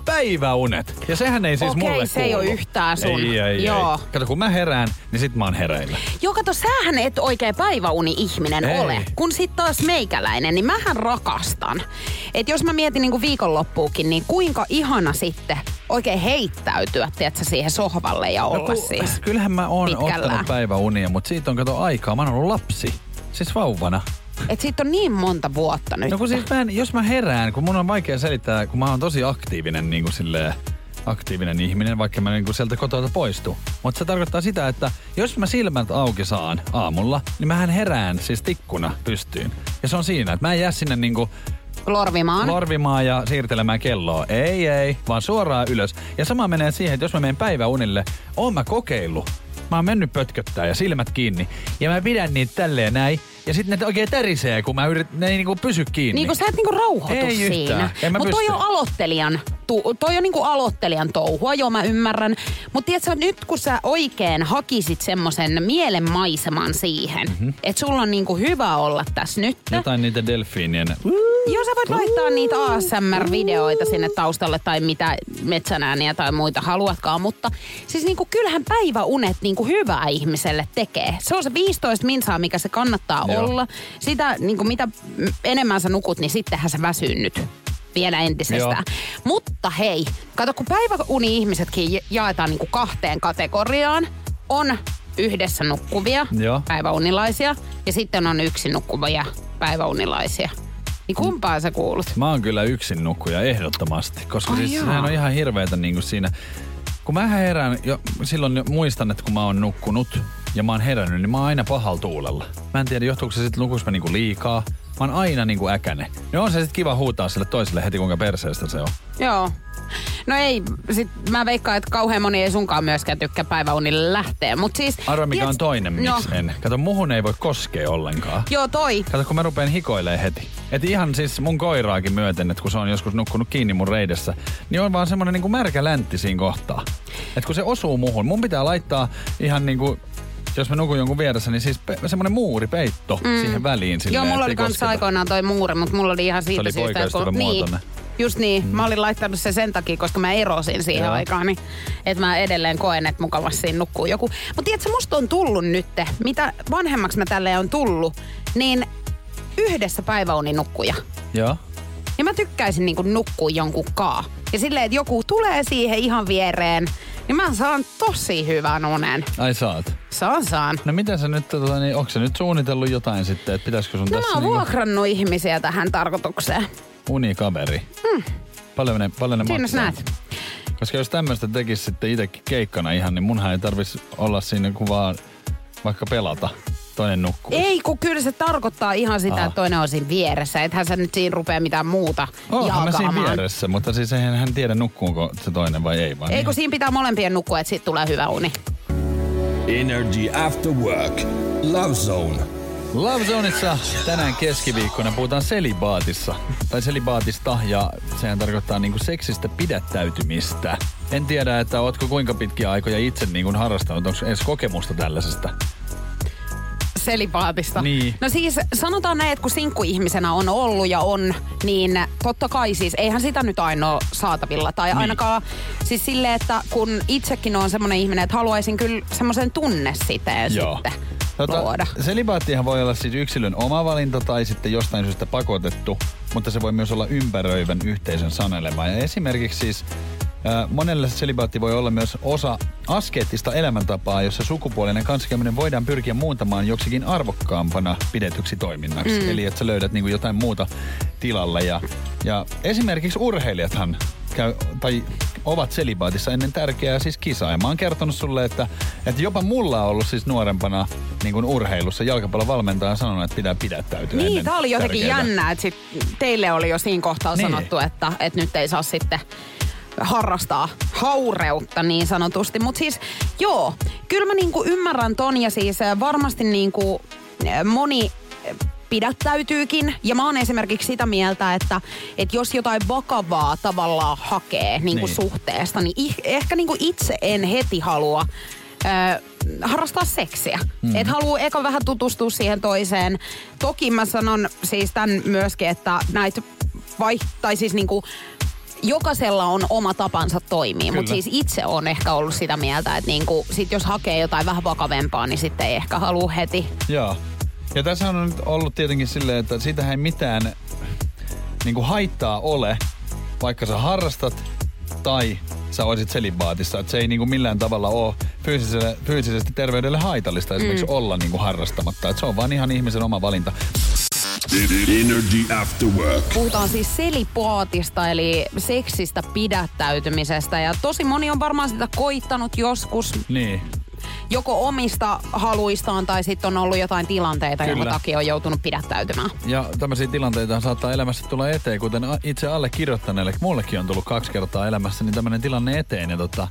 päiväunet. Ja sehän ei siis Okei, mulle se ei kuulu. ole yhtään sun. Ei, ei, Joo. ei. Kato, kun mä herään, niin sit mä oon hereillä. Joo, kato, sähän et oikein päiväuni-ihminen Ei. ole. Kun sit taas meikäläinen, niin mähän rakastan. Et jos mä mietin niinku viikonloppuukin, niin kuinka ihana sitten oikein heittäytyä, tiedätkö, siihen sohvalle ja olla ku, siis Kyllähän mä oon pitkällään. ottanut päiväunia, mutta siitä on kato aikaa. Mä oon ollut lapsi. Siis vauvana. Et siitä on niin monta vuotta nyt. No kun siis mä en, jos mä herään, kun mun on vaikea selittää, kun mä oon tosi aktiivinen niin kuin silleen, aktiivinen ihminen, vaikka mä niin kuin sieltä kotoa poistu. Mutta se tarkoittaa sitä, että jos mä silmät auki saan aamulla, niin mähän herään siis tikkuna pystyyn. Ja se on siinä, että mä en jää sinne niin kuin Lorvimaan. lorvimaan ja siirtelemään kelloa. Ei, ei, vaan suoraan ylös. Ja sama menee siihen, että jos mä menen päiväunille, oon mä kokeillut. Mä oon mennyt pötköttää ja silmät kiinni. Ja mä pidän niitä tälleen näin. Ja sitten ne oikein tärisee, kun mä yritän, ne ei niinku pysy kiinni. Niin kuin sä et niinku rauhoitu Ei siinä. yhtään. Mutta toi on aloittelijan, tu, toi on niinku aloittelijan touhua, joo mä ymmärrän. Mutta tiedätkö, nyt kun sä oikein hakisit semmosen mielenmaiseman siihen, mm-hmm. että sulla on niinku hyvä olla tässä nyt. Jotain niitä delfiinien. Joo, sä voit laittaa niitä A S M R-videoita sinne taustalle tai mitä metsänääniä tai muita haluatkaan, mutta siis niinku kyllähän päiväunet niinku hyvää ihmiselle tekee. Se on se viisitoista minsaa, mikä se kannattaa Joo. olla. Sitä niinku mitä enemmän sä nukut, niin sittenhän sä väsynyt vielä entisestään. Joo. Mutta hei, kato kun päiväuni-ihmisetkin jaetaan niinku kahteen kategoriaan. On yhdessä nukkuvia Joo. päiväunilaisia ja sitten on yksin nukkuvia päiväunilaisia. Niin kumpaa sä kuulut? Mä oon kyllä yksin nukkuja ehdottomasti, koska Ai siis jaa. sehän on ihan hirveetä niinku siinä. Kun mä herään, jo, silloin jo muistan, että kun mä oon nukkunut ja mä oon herännyt, niin mä oon aina pahalla tuulella. Mä en tiedä, johtuuko se sitten nukuks mä niinku liikaa. Mä oon aina niinku äkäne. No on se sitten kiva huutaa sille toiselle heti, kuinka perseestä se on. Joo. No ei, sit mä veikkaan, että kauhean moni ei sunkaan myöskään tykkää päiväunille lähteä. Mut siis... Arva, mikä tiedät- on toinen, miksi no, en. Kato, muhun ei voi koskea ollenkaan. Joo, toi. Kato, kun mä rupeen hikoilee heti. Et ihan siis mun koiraakin myöten, että kun se on joskus nukkunut kiinni mun reidessä, niin on vaan semmonen niinku märkä läntti siinä kohtaa. Et kun se osuu muhun, mun pitää laittaa ihan niinku, jos mä nukun jonkun vieressä, niin siis pe- semmonen muuripeitto mm. siihen väliin. Silleen, Joo, mulla ettei oli kanssa kosketa. aikoinaan toi muuri, mutta mulla oli ihan siitä oli syystä, että poikaystävän niin, muotoinen. just niin. Mm. Mä olin laittanut se sen takia, koska mä erosin siihen Joo. aikaan, niin että mä edelleen koen, että mukavasti siinä nukkuu joku. Mutta tiedätkö, musta on tullut nyt, mitä vanhemmaksi mä tälleen on tullut, niin yhdessä päiväuninukkuja. Joo. Niin mä tykkäisin niinku nukkua jonkun kaa. Ja silleen, että joku tulee siihen ihan viereen, niin mä saan tosi hyvän unen. Ai saat. Saan, saan. No mitä sä nyt, tota, niin, onko sä nyt suunnitellut jotain sitten, että pitäisikö sun No tässä mä oon niinku vuokrannut ihmisiä tähän tarkoitukseen. unikaveri? Hmm. Paljon ne, paljon ne Siinä maksaa? näet. Koska jos tämmöistä tekisi sitten itsekin keikkana ihan, niin munhan ei tarvitsisi olla siinä kuin vaan vaikka pelata. Toinen nukkuu. Ei, kun kyllä se tarkoittaa ihan sitä, Aha. että toinen on siinä vieressä. Ethän sä nyt siinä rupea mitään muuta Oonhan mä siinä jalkaamaan. vieressä, mutta siis eihän hän tiedä nukkuuko se toinen vai ei. Vaan Ei, niin. kun siinä pitää molempien nukkua, että siitä tulee hyvä uni. Energy After Work. Love Zone. Love Zoneissa tänään keskiviikkona puhutaan selibaatissa. Tai selibaatista, ja sehän tarkoittaa niinku seksistä pidättäytymistä. En tiedä, että ootko kuinka pitkiä aikoja itse niinku harrastanut, onko edes kokemusta tällaisesta? Selibaatista. Niin. No siis sanotaan näin, että kun sinkkuihmisenä on ollut ja on, niin totta kai siis eihän sitä nyt ainoa saatavilla. Tai Niin. ainakaan siis silleen, että kun itsekin on semmoinen ihminen, että haluaisin kyllä semmoisen tunnesiteen Joo. sitten Tota, luoda. selibaattihan voi olla siis yksilön oma valinta tai sitten jostain syystä pakotettu, mutta se voi myös olla ympäröivän yhteisön sanelema. Ja esimerkiksi siis äh, monelle selibaatti voi olla myös osa askeettista elämäntapaa, jossa sukupuolinen kanssakäyminen voidaan pyrkiä muuntamaan joksikin arvokkaampana pidetyksi toiminnaksi. Mm. Eli että sä löydät niinku jotain muuta tilalle. Ja, ja esimerkiksi urheilijathan käy, tai ovat selibaatissa ennen tärkeää siis kisaa. Ja mä oon kertonut sulle, että, että jopa mulla on ollut siis nuorempana niin kuin urheilussa jalkapallon valmentaja sanonut, että pitää pidättäytyä Niin, ennen tää oli jotenkin tärkeää. jännää, että sit teille oli jo siinä kohtaa Niin. sanottu, että, että nyt ei saa sitten harrastaa haureutta niin sanotusti. Mutta siis joo, kyllä mä niinku ymmärrän ton ja siis äh, varmasti niinku äh, moni äh, pidättäytyykin. Ja mä oon esimerkiksi sitä mieltä, että, että jos jotain vakavaa tavallaan hakee niinku Niin. suhteesta, niin ih, ehkä niinku itse en heti halua Ö, harrastaa seksiä. Mm. Et haluu eka vähän tutustua siihen toiseen. Toki mä sanon siis tän myöskin, että näitä vai, tai siis niinku jokaisella on oma tapansa toimia, mutta siis itse on ehkä ollut sitä mieltä, että niinku, sit jos hakee jotain vähän vakavempaa, niin sitten ei ehkä halua heti. Joo. Ja tässä on nyt ollut tietenkin silleen, että siitähän ei mitään niinku haittaa ole, vaikka sä harrastat tai sä olisit selibaatissa. Että se ei niinku millään tavalla ole fyysisesti terveydelle haitallista esimerkiksi mm. olla niinku harrastamatta. Että se on vaan ihan ihmisen oma valinta. Energy After Work. Puhutaan siis selibaatista eli seksistä pidättäytymisestä ja tosi moni on varmaan sitä koittanut joskus. Niin. Joko omista haluistaan tai sitten on ollut jotain tilanteita, jonka takia on joutunut pidättäytymään. Ja tämmöisiä tilanteita saattaa elämässä tulla eteen, kuten itse allekirjoittaneelle. Mullekin on tullut kaksi kertaa elämässä niin tämmöinen tilanne eteen. Ja tota,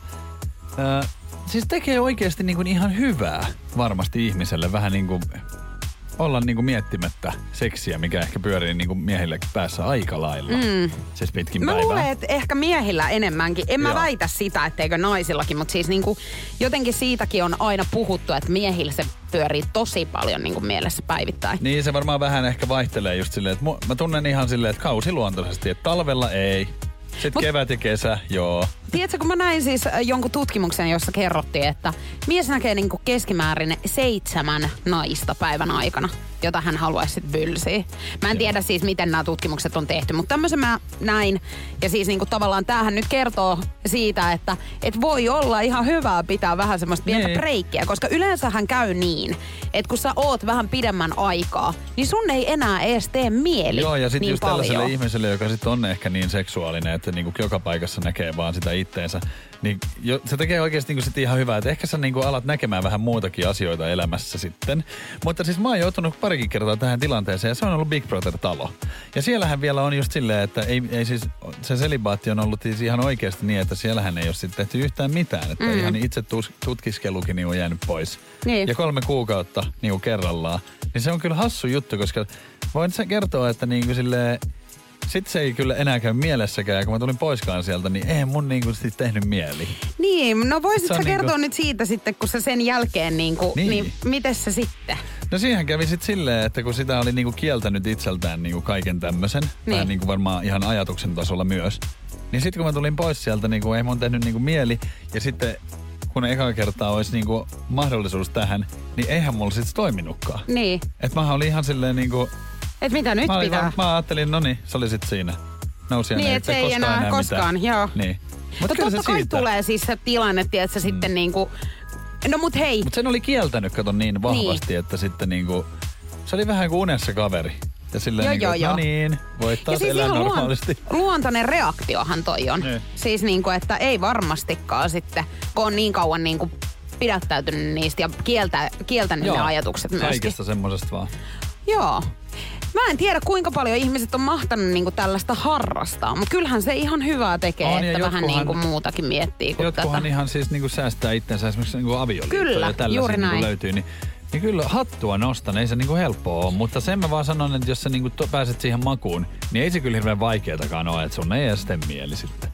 ää, siis tekee oikeasti niin kuin ihan hyvää varmasti ihmiselle vähän niin kuin olla niinku miettimättä seksiä, mikä ehkä pyörii niinku miehillekin päässä aika lailla. Mm. Siis pitkin mä päivää. Mä luulen, että ehkä miehillä enemmänkin. En mä Joo. väitä sitä, etteikö naisillakin, mutta siis niinku, jotenkin siitäkin on aina puhuttu, että miehillä se pyörii tosi paljon niinku mielessä päivittäin. Niin se varmaan vähän ehkä vaihtelee just silleen, että mu- mä tunnen ihan silleen, että kausiluontoisesti, että talvella ei. Sitten Mut, kevät ja kesä, joo. Tiedätkö, kun mä näin siis jonkun tutkimuksen, jossa kerrottiin, että mies näkee niinku keskimäärin seitsemän naista päivän aikana, jota hän haluaisi sit bylsiä. Mä en tiedä siis, miten nämä tutkimukset on tehty, mutta tämmöisen mä näin. Ja siis niinku tavallaan tämähän nyt kertoo siitä, että et voi olla ihan hyvää pitää vähän semmoista pientä niin. breikkiä, koska yleensähän käy niin, että kun sä oot vähän pidemmän aikaa, niin sun ei enää edes tee mieli Joo, ja sitten niin just paljon. tällaiselle ihmiselle, joka sitten on ehkä niin seksuaalinen, että niinku joka paikassa näkee vaan sitä itteensä, niin jo, se tekee oikeasti niinku sit ihan hyvää, että ehkä sä niinku alat näkemään vähän muutakin asioita elämässä sitten. Mutta siis mä oon joutunut parikin kertaa tähän tilanteeseen ja se on ollut Big Brother-talo. Ja siellähän vielä on just silleen, että ei, ei siis, se selibaatti on ollut siis ihan oikeasti niin, että siellähän ei ole sitten tehty yhtään mitään. Että mm. ihan itse tus, tutkiskelukin niin on jäänyt pois. Niin. Ja kolme kuukautta niin kerrallaan. Niin se on kyllä hassu juttu, koska voin sä kertoa, että niin kuin silleen, sitten se ei kyllä enää käy mielessäkään, ja kun mä tulin poiskaan sieltä, niin ei mun niinku sit tehnyt mieli. Niin, no voisit sä kertoa niinku nyt siitä sitten, kun sä sen jälkeen niinku, niin, niin miten se sitten? No siihen kävi sit silleen, että kun sitä oli niinku kieltänyt itseltään niinku kaiken tämmösen, niin. vähän niinku varmaan ihan ajatuksen tasolla myös, niin sitten kun mä tulin pois sieltä, niinku ei mun tehnyt niinku mieli, ja sitten kun eka kertaa olisi niinku mahdollisuus tähän, niin eihän mulla sit toiminutkaan. Niin. Et mä olin ihan silleen niinku... Et mitä nyt mä pitää? Vaan, mä ajattelin, no niin, se oli sit siinä. Nousi niin, et se ei enää, enää koskaan, mitään. Joo. Niin. Mutta totta kai siitä tulee siis se tilanne, että se mm. sitten niinku... No mut hei. Mut sen oli kieltänyt, kato niin vahvasti, niin. että sitten niinku... Se oli vähän kuin unessa kaveri. Ja silleen joo, niinku, joo, joo. No niin, voit taas siis elää normaalisti. Luon, luontainen reaktiohan toi on. Niin. Siis niinku, että ei varmastikaan sitten, kun on niin kauan niinku pidättäytynyt niistä ja kieltä, kieltänyt joo, ne ajatukset myöskin. Kaikesta semmosesta vaan. Joo. Mä en tiedä, kuinka paljon ihmiset on mahtanut niinku tällaista harrastaa, mutta kyllähän se ihan hyvää tekee, on, että vähän niinku muutakin miettii kuin jotkuhan tätä. ihan siis niinku säästää itsensä esimerkiksi niinku avioliittoja kyllä, ja tällaisia juuri näin. Niinku löytyy, niin, niin kyllä hattua nostan, ei se niinku helppoa ole, mutta sen mä vaan sanon, että jos sä niinku to, pääset siihen makuun, niin ei se kyllä hirveän vaikeatakaan ole, että sun ei edes tee mieli sitten.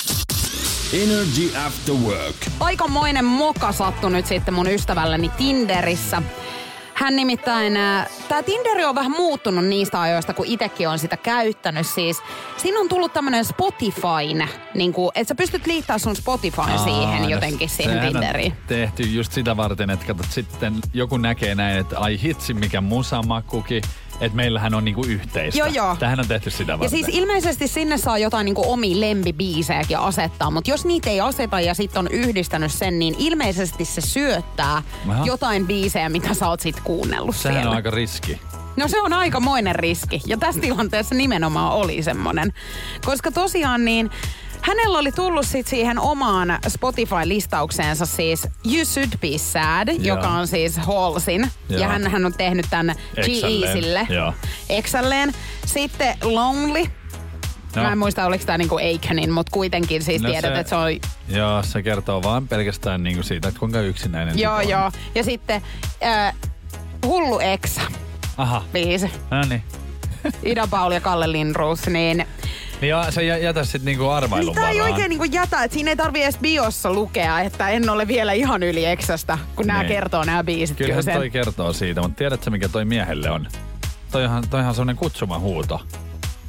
Energy After Work. Aikamoinen moka sattui nyt sitten mun ystävälleni Tinderissä. Hän nimittäin, tää Tinderi on vähän muuttunut niistä ajoista, kun itekin on sitä käyttänyt siis. Siinä on tullut tämmönen Spotifyn, niin kuin, että sä pystyt liittämään sun Spotifyn Aa, siihen jotenkin siihen Tinderiin. Tehty just sitä varten, että katsot sitten joku näkee näin, että ai hitsi mikä musamakuki. Että meillähän on niinku yhteistä. Joo, joo. Tähän on tehty sitä varten. Ja siis ilmeisesti sinne saa jotain niinku omia lempibiisejäkin asettaa, mutta jos niitä ei aseta ja sit on yhdistänyt sen, niin ilmeisesti se syöttää Aha. jotain biisejä, mitä sä oot sit kuunnellut Sehän siellä. on aika riski. No se on aikamoinen riski. Ja tässä tilanteessa nimenomaan oli semmonen. Koska tosiaan niin... Hänellä oli tullut sit siihen omaan Spotify-listaukseensa siis You Should Be Sad, yeah. joka on siis Halsin. Yeah. Ja hän, hän on tehnyt tän G-Easylle, yeah. Exälleen. Sitten Lonely. No. Mä en muista, oliko tää niinku Akenin, mutta kuitenkin siis no tiedät, että se on... Joo, se kertoo vaan pelkästään niinku siitä, että kuinka yksinäinen joo, on. joo. Ja sitten äh, Hullu Eksä. Aha. Biisi. No niin. Ida Paul ja Kalle Lindroos, niin... Niin joo, sä jätä sit niinku arvailun varaan. Tää ei oikein niinku jätä, että siinä ei tarvii edes biossa lukea, että en ole vielä ihan yli Eksästä, kun nää niin. kertoo nää biisit. Kyllähän toi kertoo siitä, mutta tiedätkö mikä toi miehelle on? Toihan, toihan semmonen kutsuma huuto. Oot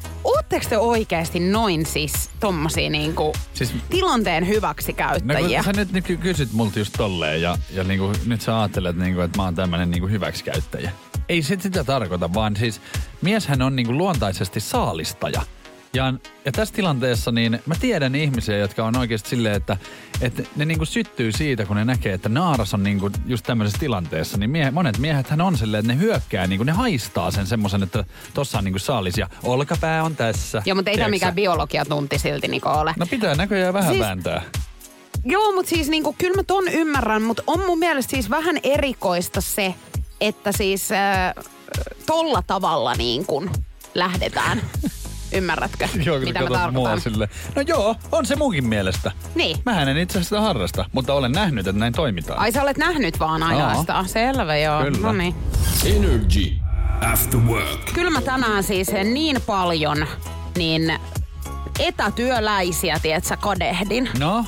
ootteko te oikeesti noin siis tommosia niinku Siis- tilanteen hyväksikäyttäjiä? No kun sä nyt, nyt kysyt multa just tolleen ja, ja niinku, nyt sä ajattelet, niinku, että mä oon tämmönen niinku hyväksikäyttäjä. Ei sit sitä tarkoita, vaan siis mieshän on niinku luontaisesti saalistaja. Ja, ja tässä tilanteessa niin mä tiedän ihmisiä, jotka on oikeasti silleen, että, että ne niinku syttyy siitä, kun ne näkee, että naaras on niinku just tämmöisessä tilanteessa. Niin miehe, monet miehethän on silleen, että ne hyökkää, niinku ne haistaa sen semmoisen, että tossa on niinku saalis ja olkapää on tässä. Joo, mutta ei tämä Tiedätkö mikään sä? biologiatunti silti niinku ole. No pitää näköjään vähän Siis- vääntää. Joo, mutta siis niinku, kyllä mä ton ymmärrän, mutta on mun mielestä siis vähän erikoista se, että siis äh, tolla tavalla niin kuin lähdetään. Ymmärrätkö, Joo, kun mitä mä katsot mua tarkoitan? sille. No joo, on se munkin mielestä. Niin. Mähän en itse asiassa sitä harrasta, mutta olen nähnyt, että näin toimitaan. Ai sä olet nähnyt vaan ainoastaan. Selvä, joo. Kyllä. No niin. Energy After Work. Kyllä mä tänään siis niin paljon niin etätyöläisiä, tietsä, kadehdin. No,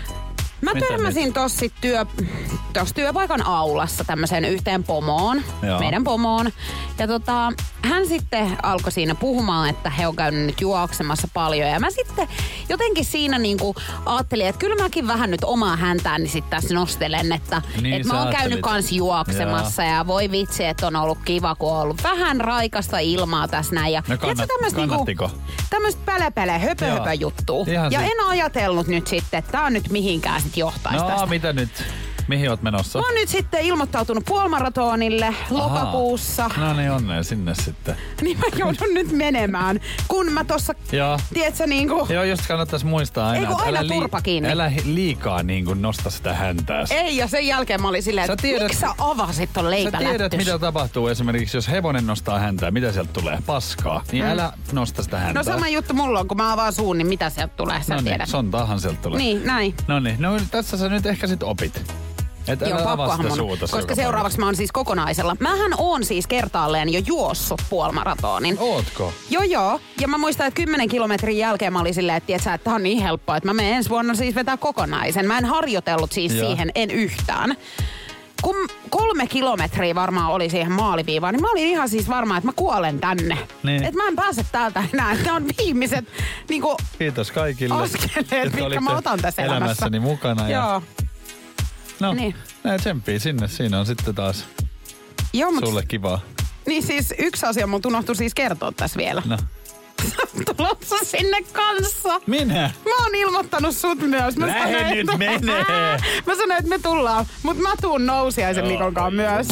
Mä Mitä törmäsin tossa sit työ, tossa työpaikan aulassa tämmöiseen yhteen pomoon, Joo. meidän pomoon. Ja tota, hän sitten alkoi siinä puhumaan, että he on käynyt nyt juoksemassa paljon. Ja mä sitten jotenkin siinä niinku ajattelin, että kyllä mäkin vähän nyt omaa häntääni sitten tässä nostelen, että Niin et sä mä oon käynyt ajattelit. kans juoksemassa. Ja. ja voi vitsi, että on ollut kiva, kun on ollut vähän raikasta ilmaa tässä näin. Ja No kannat- kannattiko? tämmöistä päle-päle, höpö, Joo. höpö juttua. Ihan Ja si- en ajatellut nyt sitten, että tää on nyt mihinkään sit johtaisi no tästä. mitä nyt? Mihin oot menossa? Mä oon nyt sitten ilmoittautunut puolimaratonille lokakuussa. No niin, onnea sinne sitten. Niin mä joudun nyt menemään, kun mä tossa, Joo. tiedätkö niinku... Joo, just kannattais muistaa aina, Ei, kun että aina älä, turpa kiinni. älä hi- liikaa niin kuin nosta sitä häntääsi. Ei, ja sen jälkeen mä olin silleen, Sä että tiedät- miksi sä avasit ton Sä leipälättys? tiedät, mitä tapahtuu esimerkiksi, jos hevonen nostaa häntää. Mitä sieltä tulee? Paskaa. Niin Mm. älä nosta sitä häntää. No sama juttu mulla on, kun mä avaan suun, niin mitä sieltä tulee, sä No tiedät. niin, sontaahan sieltä tulee. Niin, näin. No niin, no tässä sä nyt ehkä sit opit. Et Joo, älä avaa pakkohan sitä mun, suuta. koska seuraavaksi mä oon siis kokonaisella. Mähän oon siis kertaalleen jo juossut puolimaratonin. Ootko? Joo, joo. Ja mä muistan, että kymmenen kilometrin jälkeen mä olin silleen, että tiiätsä, että tää on niin helppoa, että mä menen ensi vuonna siis vetää kokonaisen. Mä en harjoitellut siis Joo. siihen, en yhtään. Kun kolme kilometriä varmaan oli siihen maaliviivaan, niin mä olin ihan siis varma, että mä kuolen tänne. Niin. Että mä en pääse täältä enää. Nämä on viimeiset niinku, Kiitos kaikille. askeleet, jotka mitkä olitte mä otan tässä elämässä. elämässäni mukana. Ja, Joo. no, Niin. näin tsemppii sinne. Siinä on sitten taas Joo, mut, sulle kivaa. niin siis yksi asia mun unohtui siis kertoa tässä vielä. No. Tulossa sinne kanssa. Minä? Mä oon ilmoittanut sut myös. Mä Lähde sanoin, nyt että- menee. Mä sanoin, että me tullaan, mutta mä tuun Nousiaisen Joo, Mikon kanssa voi myös.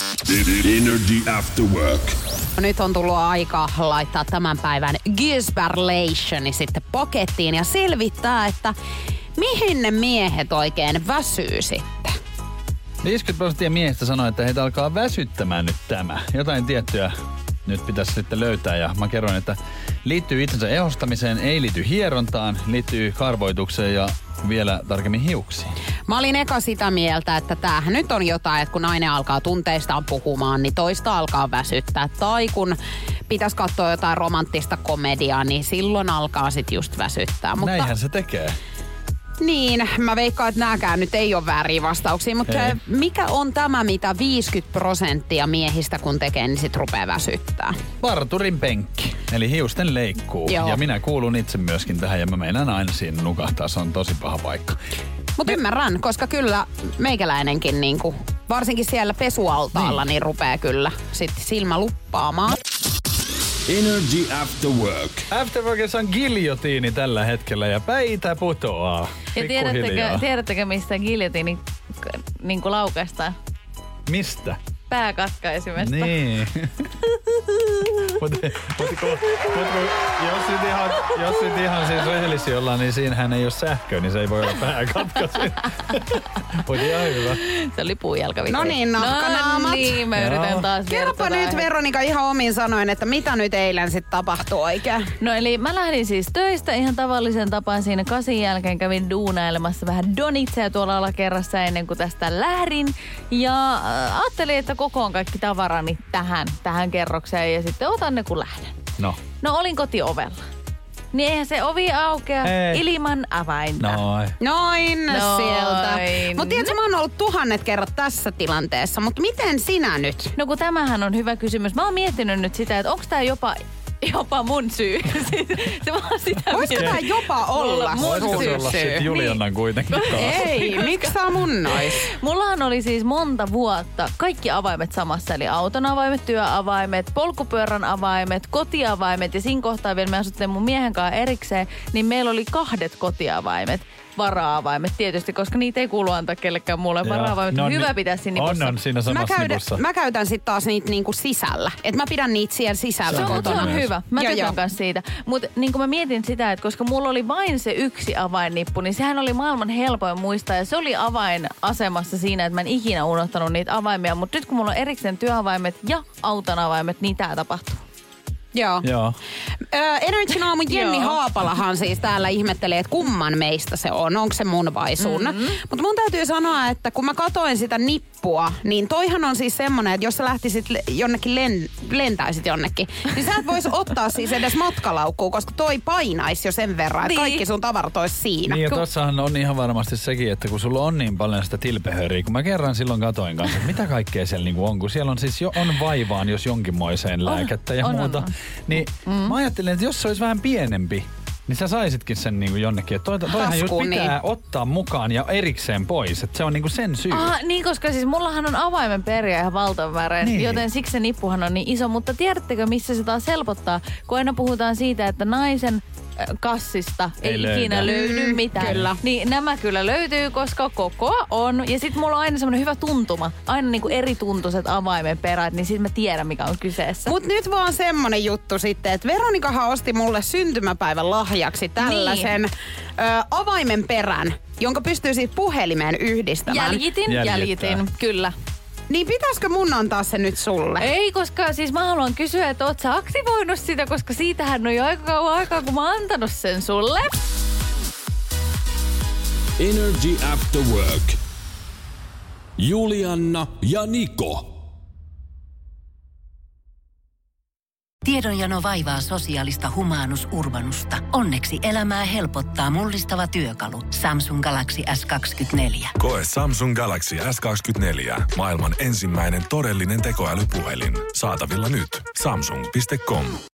Energy After Work. Nyt on tullut aika laittaa tämän päivän Gisberlationi sitten pakettiin ja selvittää, että mihin ne miehet oikein väsyy sitten. viisikymmentä prosenttia miehistä sanoo, että heitä alkaa väsyttämään nyt tämä. Jotain tiettyä nyt pitäisi sitten löytää. Ja mä kerron, että liittyy itsensä ehostamiseen, ei liity hierontaan, liittyy karvoitukseen ja vielä tarkemmin hiuksiin. Mä olin eka sitä mieltä, että tämähän nyt on jotain, että kun nainen alkaa tunteistaan puhumaan, niin toista alkaa väsyttää. Tai kun pitäisi katsoa jotain romanttista komediaa, niin silloin alkaa sit just väsyttää. Mutta Näinhän se tekee. niin, mä veikkaan, että nääkään nyt ei ole vääriä vastauksia, mutta Ei. mikä on tämä, mitä viisikymmentä prosenttia miehistä kun tekee, niin sit rupeaa väsyttää? Parturin penkki, eli hiusten leikkuu. Joo. Ja minä kuulun itse myöskin tähän ja mä meinaan aina siinä nukahtaa. Se on tosi paha paikka. Mutta ymmärrän, koska kyllä meikäläinenkin niinku, varsinkin siellä pesualtaalla, niin, niin rupeaa kyllä sit silmä luppaamaan. Energy After Work. Afterworkissa on giljotiini tällä hetkellä ja päitä putoaa. Ja tiedättekö, Pikkuhiljaa. tiedättekö mistä giljotiini k- niin kuin laukaistaan? Mistä? Pääkatkaisimesta. Niin. Mutta mut, kun- mut, kun- jos nyt ihan, jos nyt ihan siis rehellisiä ollaan, niin siinähän ei ole sähköä, niin se ei voi olla pääkatkaisin. Mutta ihan hyvä. Se oli puujalkavikko. No niin, nahkanaamat. No niin, mä Joo. yritän taas Kerropa viedä nyt tätä. Veronika ihan omin sanoin, että mitä nyt eilen sitten tapahtui oikein? No eli mä lähdin siis töistä ihan tavallisen tapaan siinä kasin jälkeen. Kävin duunailemassa vähän donitseja tuolla alakerrassa ennen kuin tästä lähdin. Ja äh, ajattelin, että kokoon kaikki tavarani tähän, tähän kerrokseen ja sitten otan ne kun lähden. No. No olin kotiovella. Niin eihän se ovi aukea Ei. ilman avainta. Noin. Noin, Noin. sieltä. Mutta tiedätkö, mä oon ollut tuhannet kerrat tässä tilanteessa, mutta miten sinä nyt? No kun tämähän on hyvä kysymys. Mä oon miettinyt nyt sitä, että onko tää jopa jopa mun syy. Se vaan sitä Voisiko tää jopa olla Mulla- sun Se olla syy? sit Juliannan kuitenkin taas. Ei, miksi sä mun nois? Mullahan oli siis monta vuotta kaikki avaimet samassa, eli auton avaimet, työavaimet, polkupyörän avaimet, kotiavaimet ja siinä kohtaa vielä me asuttiin mun miehen kanssa erikseen, niin meillä oli kahdet kotiavaimet. Vara-avaimet tietysti, koska niitä ei kuulu antaa kellekään muulle. Joo. Vara-avaimet No on hyvä niin. pitää siinä nipussa. On, on siinä Mä, samassa käydän, nipussa. mä käytän sit taas niitä niinku sisällä. Et mä pidän niitä siellä sisällä Se on, se kotona. on hyvä. Mä Joo, tykkään joo. kanssa siitä. Mutta niin mä mietin sitä, että koska mulla oli vain se yksi avainnippu, niin sehän oli maailman helpoin muistaa. Ja se oli avainasemassa siinä, että mä en ikinä unohtanut niitä avaimia. Mutta nyt kun mulla on erikseen työavaimet ja auton avaimet, niin tää tapahtuu. Joo. Joo. Ö, Energin aamun Jenni Joo. Haapalahan siis täällä ihmettelee, että kumman meistä se on. Onko se mun vai sun? Mm-hmm. Mutta mun täytyy sanoa, että kun mä katoin sitä nippua, niin toihan on siis semmonen, että jos sä lähtisit le- jonnekin, len- lentäisit jonnekin, niin sä et vois ottaa siis edes matkalaukkuun, koska toi painaisi jo sen verran, että Niin. kaikki sun tavarat olisi siinä. Niin ja Kun- tossahan on ihan varmasti sekin, että kun sulla on niin paljon sitä tilpehöriä, kun mä kerran silloin katoin kanssa, että mitä kaikkea siellä niinku on, kun siellä on siis jo on vaivaan, jos jonkinmoiseen lääkettä ja on, on, muuta. on. Niin mm. mä ajattelin, että jos se olisi vähän pienempi, niin sä saisitkin sen niinku jonnekin. Että toi, toihan just Taskuun, pitää niin. ottaa mukaan ja erikseen pois. Että se on niinku sen syy. Ah, niin, koska siis mullahan on avaimen periä ihan valtavan määrä, Niin. joten siksi se nippuhan on niin iso. Mutta tiedättekö, missä se taas helpottaa? Kun aina puhutaan siitä, että naisen äh, kassista ei, Ei ei ikinä löydä. löydy Mm, mitään. kyllä. Niin nämä kyllä löytyy, koska kokoa on. Ja sit mulla on aina semmoinen hyvä tuntuma. Aina niinku eri tuntuiset avaimen perät, niin sit mä tiedän, mikä on kyseessä. Mut nyt vaan semmonen juttu sitten, että Veronikahan osti mulle syntymäpäivän lahjaksi tällaisen Niin. ö, avaimen perän, jonka pystyy siis puhelimeen yhdistämään. Jäljitin, Jäljittää. jäljitin, kyllä. Niin pitäisikö mun antaa se nyt sulle? Ei, koska siis mä haluan kysyä, että oot sä aktivoinut sitä, koska siitähän on jo aika kauan aikaa, kun mä oon antanut sen sulle. Energy After Work. Julianna ja Niko. Tiedonjano vaivaa sosiaalista humanus urbanusta. Onneksi elämää helpottaa mullistava työkalu. Samsung Galaxy S kaksikymmentäneljä. Koe Samsung Galaxy S kaksikymmentäneljä. Maailman ensimmäinen todellinen tekoälypuhelin. Saatavilla nyt. Samsung piste com.